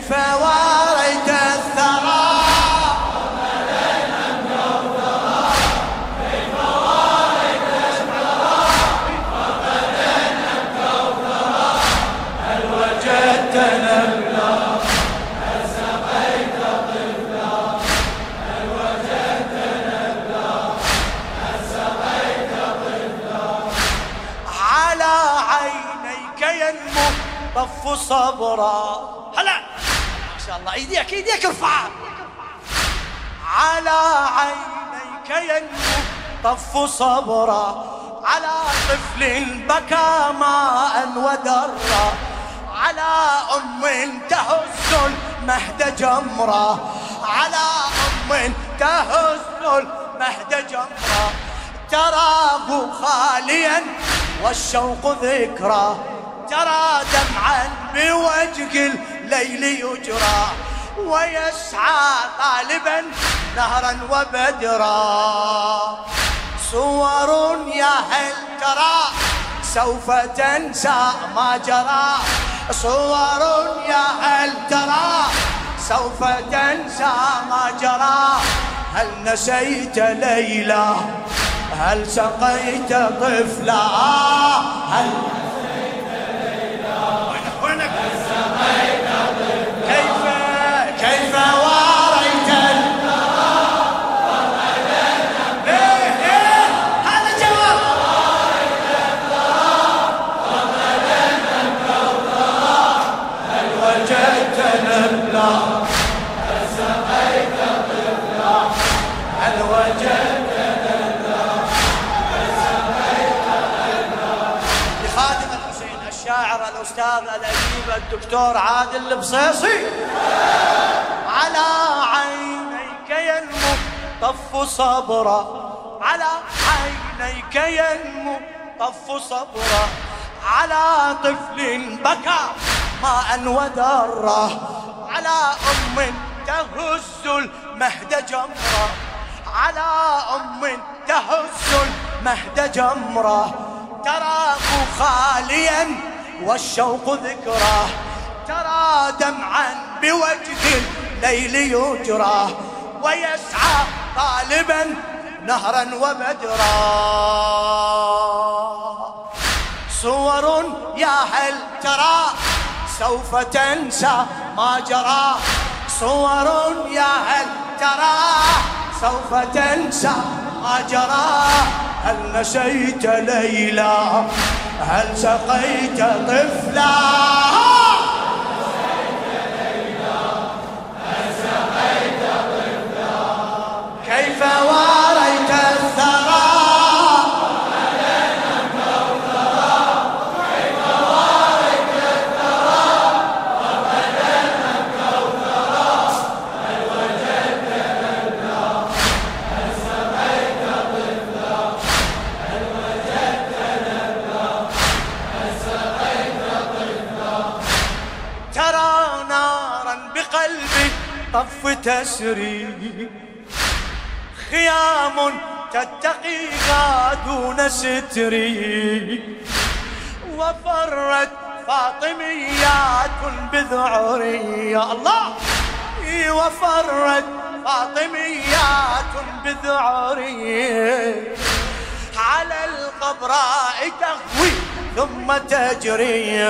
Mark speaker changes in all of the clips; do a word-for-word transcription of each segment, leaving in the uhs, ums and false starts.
Speaker 1: كيف واريت الثرى طف صبرا. هلا ما شاء الله، ايديك ايديك ارفعها. على عينيك ينمو طف صبرا، على طفل بكى ماء ودرا، على ام تهز المهد جمرا، على ام تهز المهد جمرا. تراه خاليا والشوق ذكرى، ترى دمعا بوجه الليل يجرى، ويسعى طالبا نهرا وبدرا. صور يا هل ترى سوف تنسى ما جرى، صور يا هل ترى سوف تنسى ما جرى. هل نسيت ليلى؟ هل سقيت طفلا؟ هل كيف واريت الثرى؟ ايه ايه هذا جواب. واريت الثرى وملأنا الكوثرى، هل وجدت نبلا؟ هل سقيت طفلا؟ هل وجدت نبلا؟ هل سقيت طفلا؟ لخادم الحسين الشاعر الاستاذ الاديب الدكتور عادل البصيصي. على عينيك ينمو طف صبرا، على عينيك ينمو طف صبرا، على طفل بكى ماء ودرا، على ام تهز المهد جمرا، على ام تهز المهد جمرا. تراه خاليا والشوق ذكراه، ترى دمعا بوجه الليل يجرى، ويسعى طالبا نهرا وبدرا. صور يا هل ترى سوف تنسى ما جرى، صور يا هل ترى سوف تنسى ما جرى. هل نسيت ليلى؟ هل سقيت طفلا؟ كيف واريت الثرى؟ وملأنا الكوثرى، كيف واريت الثرى؟ وملأنا الكوثرى، هل وجدت نبلا؟ هل سقيت طفلا؟ هل وجدت نبلا؟ هل سقيت طفلا؟ ترى نارا بقلبي طف تسري، خيام تتقيها دون ستري، وفرت فاطميات بذعري. يا الله، وفرت فاطميات بذعري، على القبراء تهوي ثم تجري.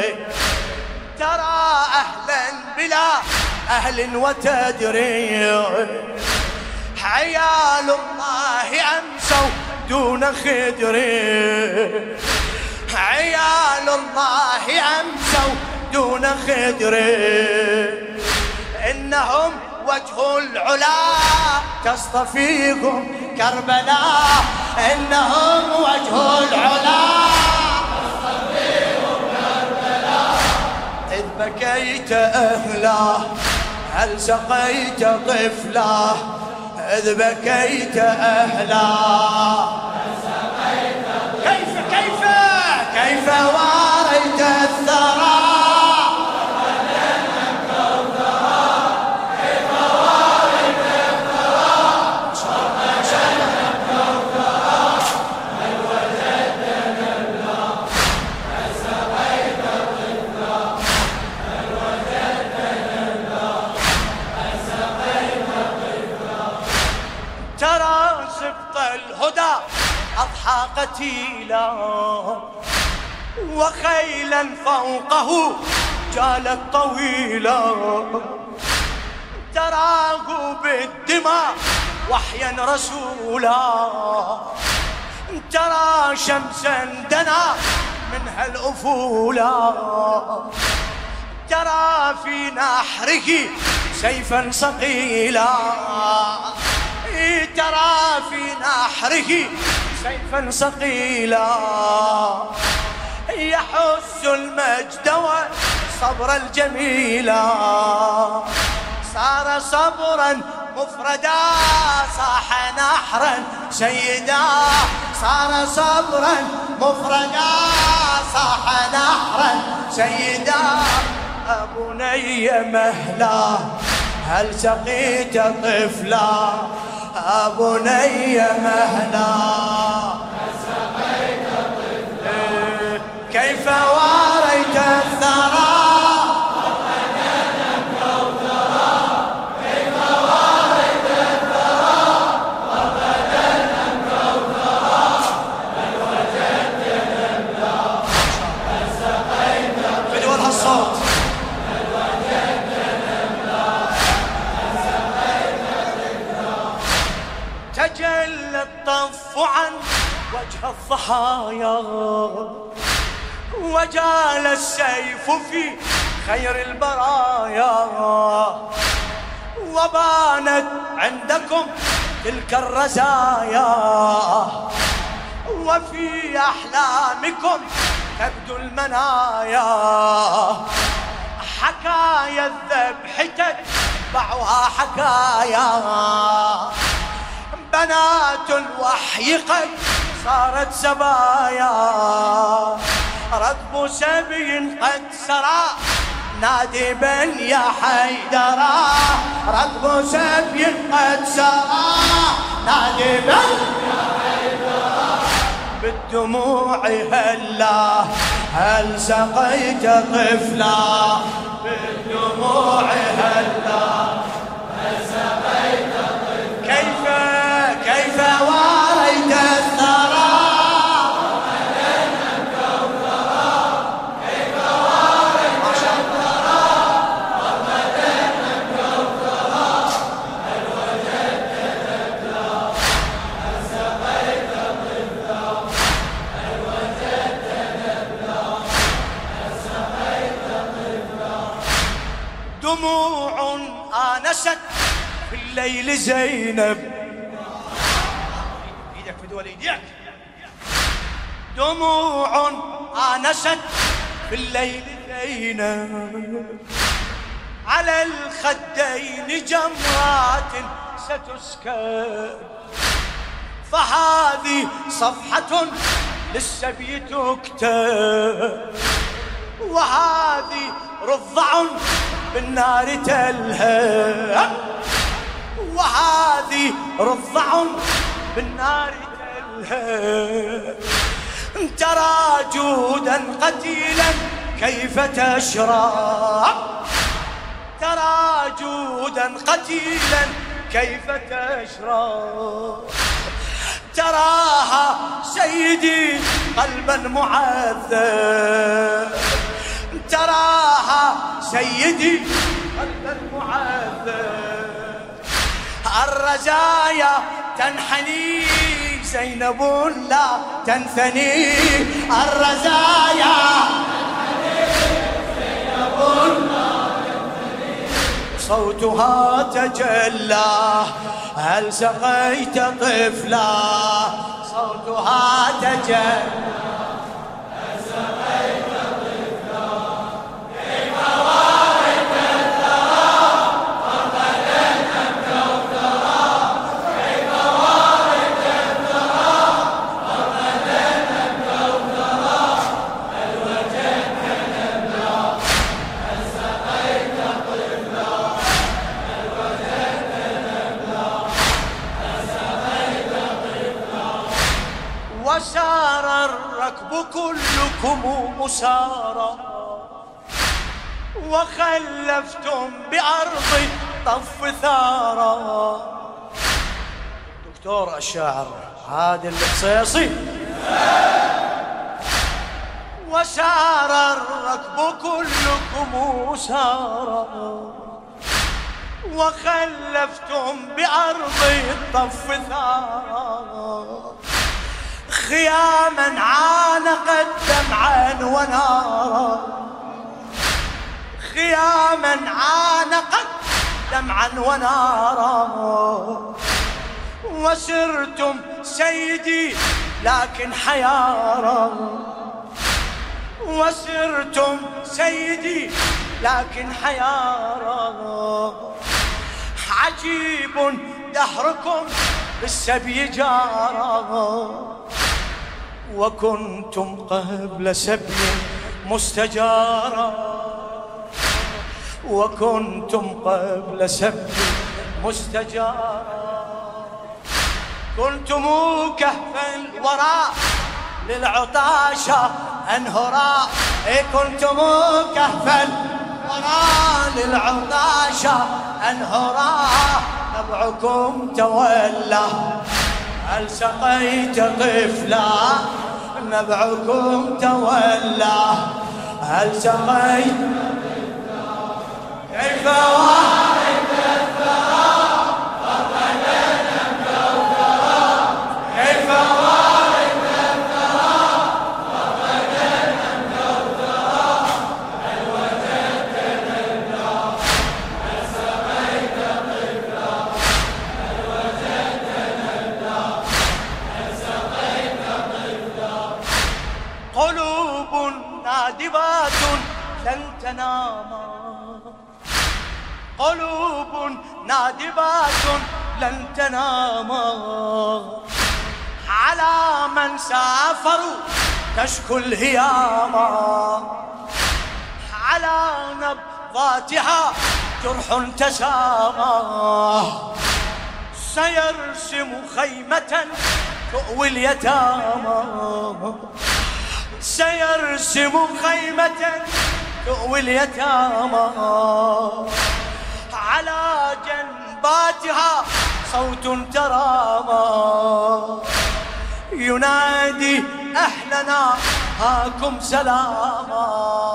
Speaker 1: ترى أهلا بلا أهل وتدري، عيال الله أمسوا دون خدر، عيال الله أمسوا دون خدر. إنهم وجه العلا تصطفيهم كربلاء، إنهم وجه العلا تصطفيهم كربلاء. إذ بكيت أهلا هل سقيت طفلا؟ إذ بكيت أهلا هل سقيت طفلا؟ كيف كيف كيف واريت الثرى؟ وملأنا الكوثرى، كيف واريت الثرى؟ وملأنا الكوثرى، هل وجدت نبلا؟ هل سقيت طفلا؟ هل وجدت نبلا؟ قتيلا وخيلا فوقه جالت طويلا تراه بالدماء وحيا رسولا ترى شمسا دنا منها الأفولا ترى في نحره سيفا صقيلا ترى في نحره سيفا صقيلا يحس المجد والصبر الجميلا صار صبرا مفردا صاح نحرا سيدا صار صبرا مفردا صاح نحرا سيدا أبني مهلا هل سقيت طفلا أبني مهلا هل سقيت طفلا كيف واريت الثرى تجلى الطف عن وجه الضحايا وجال السيف في خير البرايا وبانت عندكم تلك الرزايا وفي أحلامكم تبدو المنايا حكايا الذبح تتبعها حكايا بنات الوحي قد صارت سبايا ركب سبي قد سرى نادبا يا حيدرا ركب سبي قد سرى نادبا يا حيدرا بالدموع هلا هل سقيت طفلا بالدموع هلا هل سقيت طفلا كيف كيف واريت الثرى ومددنا الكوثرى كيف واريت الثرى ومددنا الكوثرى هل وجدت نبلا هل سقيت طفلا هل وجدت نبلا هل سقيت طفلا دموع آنست في الليل زينب ايدك في دول ايديك دموع آنست في الليل زينب على الخدين جمرات ستسكب فهذه صفحة للسبي تكتب وهذه رضع بالنار تلهب وهذه رضع بالنار تلهب ترى جودا قتيلا كيف تشرب ترى جودا قتيلا كيف تشرب تراها سيدي قلبا معذب تراها سيدي قلبا معذب الرزايا تنحني زينب لا تنثني الرزايا تنحني زينب لا تنثني صوتها تجلى هل سقيت طفلا صوتها تجلى هل سقيت طفلا كيف واريت الثرى ومددنا الكوثرى كيف واريت الثرى ومددنا الكوثرى هل وجدت نبلا هل سقيت طفلا هل وجدت نبلا هل سقيت طفلا وسار الركب كلكم مسارا وخلفتم بأرض طف ثارا. دكتور الشاعر عادل القصيصي وسار الركب كلكم سارا، وخلفتم بأرض الطف ثارا، خياما عانقت دمعا ونارا، خياما عانقت دمعا ونارا، وسرتم سيدي لكن حيارا، وسرتم سيدي لكن حيارا، عجيب دهركم بالسبي جارا، وكنتم قبل سبي مستجارا، وكنتم قبل سبي مستجارا، كنتم كهف الوراء للعطاشة أنهرا، إيه كنتم كهف الوراء للعطاشة أنهرا، نبعكم تولى هل سقيت طفلا، نبعكم تولى هل سقيت طفلا، كيف وارد الثرى فقدنا الكوثرى، كيف وارد الثرى فقدنا الكوثرى، هل وجدت طفلا هل سقيت طفلا، هل وجدت طفلا هل سقيت طفلا، قلوب نادبات لن تنام، قلوب نادبات لن تنام، على من سافروا تشكو الهيام، على نبضاتها جرح تسامى، سيرسم خيمة تؤوي اليتامى، سيرسم خيمة تؤوي اليتامى، على جنباتها صوت ترامى، ينادي أهلنا هاكم سلاما،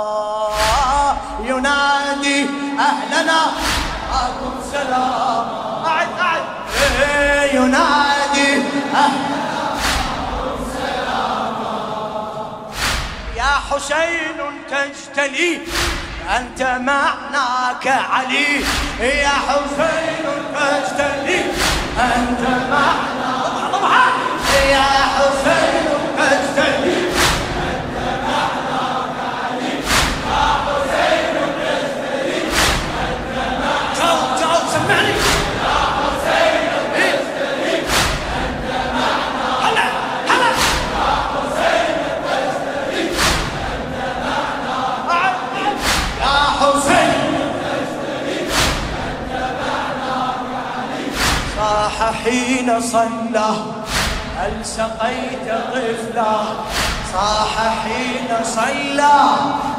Speaker 1: ينادي أهلنا هاكم سلاما، أعد أعد ينادي أهلنا هاكم سلاما، يا حسين تجتلي أنت معناك علي، يا حسين تجتلي أنت معناك طبعا، يا حسين تجتلي أنت معناك علي، يا حسين تجتلي أنت معناك، جاوب جاوب سمعني، يا حسين تجتلي أنت معناك، هلا هلا، يا حسين تجتلي أنت معناك، يا حسين تجتلي أنت معناك علي، صاح حين صلى هل سقيت طفلا، صاح حين صلى